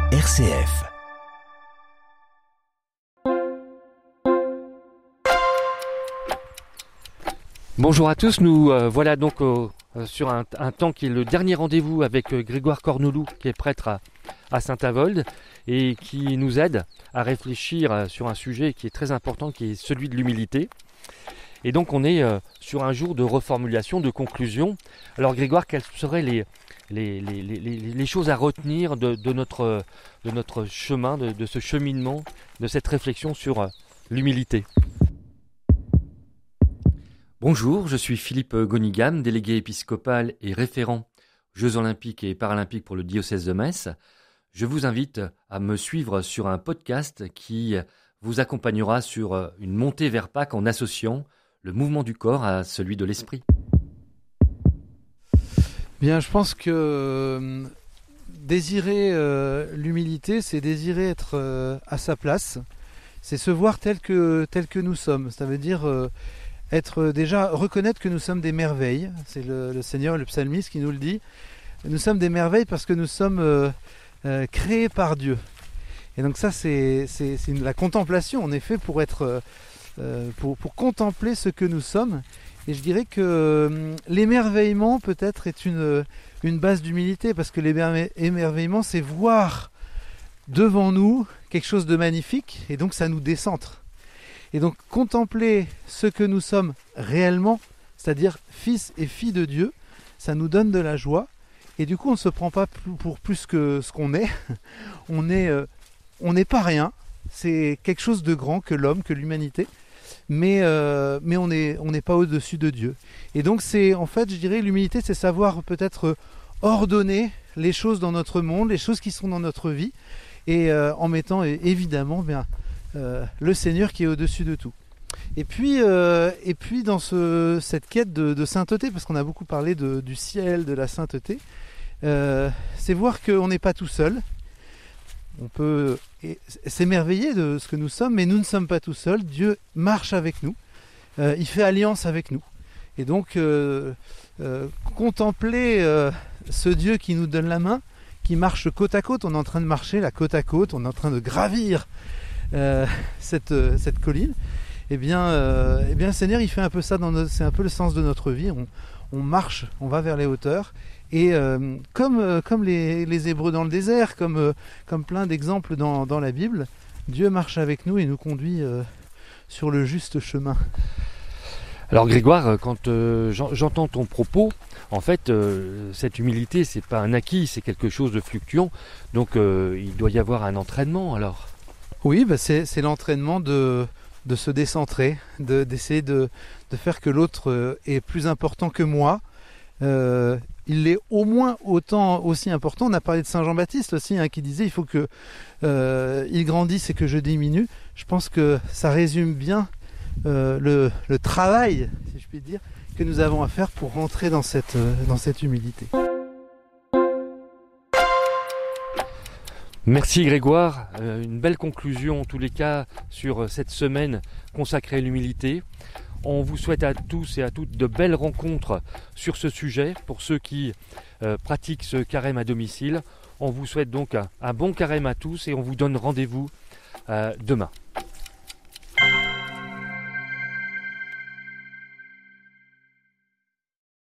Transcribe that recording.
RCF. Bonjour à tous, nous voilà donc sur un temps qui est le dernier rendez-vous avec Grégoire Cornoulou, qui est prêtre à Saint-Avold et qui nous aide à réfléchir sur un sujet qui est très important, qui est celui de l'humilité. Et donc on est sur un jour de reformulation, de conclusion. Alors Grégoire, quelles seraient les choses à retenir de notre chemin, de ce cheminement, de cette réflexion sur l'humilité ? Bonjour, je suis Philippe Gonigam, délégué épiscopal et référent Jeux Olympiques et Paralympiques pour le diocèse de Metz. Je vous invite à me suivre sur un podcast qui vous accompagnera sur une montée vers Pâques en associant le mouvement du corps à celui de l'esprit. Bien, je pense que désirer l'humilité, c'est désirer être à sa place. C'est se voir tel que nous sommes. Ça veut dire être déjà reconnaître que nous sommes des merveilles. C'est le Seigneur, le psalmiste qui nous le dit. Nous sommes des merveilles parce que nous sommes créés par Dieu. Et donc ça, c'est la contemplation. On est fait pour être pour contempler ce que nous sommes. Et je dirais que l'émerveillement peut-être est une base d'humilité, parce que l'émerveillement, c'est voir devant nous quelque chose de magnifique, et donc ça nous décentre. Et donc contempler ce que nous sommes réellement, c'est-à-dire fils et filles de Dieu, ça nous donne de la joie. Et du coup, on ne se prend pas pour plus que ce qu'on est. On n'est pas rien. C'est quelque chose de grand que l'homme, que l'humanité. Mais on n'est pas au-dessus de Dieu. Et donc c'est, en fait, je dirais, l'humilité, c'est savoir peut-être ordonner les choses dans notre monde, les choses qui sont dans notre vie, et en mettant évidemment le Seigneur qui est au-dessus de tout. Et puis dans cette quête de sainteté, parce qu'on a beaucoup parlé du ciel, de la sainteté, c'est voir qu'on n'est pas tout seul. On peut s'émerveiller de ce que nous sommes, mais nous ne sommes pas tout seuls. Dieu marche avec nous, il fait alliance avec nous. Et donc, contempler ce Dieu qui nous donne la main, qui marche côte à côte. On est en train de marcher là, côte à côte, on est en train de gravir cette colline. Eh bien, le Seigneur, il fait un peu ça, c'est un peu le sens de notre vie. On marche, on va vers les hauteurs. Et comme les Hébreux dans le désert, comme plein d'exemples dans la Bible, Dieu marche avec nous et nous conduit sur le juste chemin. Alors Grégoire, quand j'entends ton propos, en fait, cette humilité, c'est pas un acquis, c'est quelque chose de fluctuant. Donc il doit y avoir un entraînement alors. Oui, c'est l'entraînement de se décentrer, d'essayer de faire que l'autre est plus important que moi. Il est au moins aussi important. On a parlé de Saint Jean-Baptiste aussi, qui disait il faut que il grandisse et que je diminue. Je pense que ça résume bien le travail, si je puis dire, que nous avons à faire pour rentrer dans cette humilité. Merci Grégoire, une belle conclusion en tous les cas sur cette semaine consacrée à l'humilité. On vous souhaite à tous et à toutes de belles rencontres sur ce sujet. Pour ceux qui pratiquent ce carême à domicile, on vous souhaite donc un bon carême à tous et on vous donne rendez-vous demain.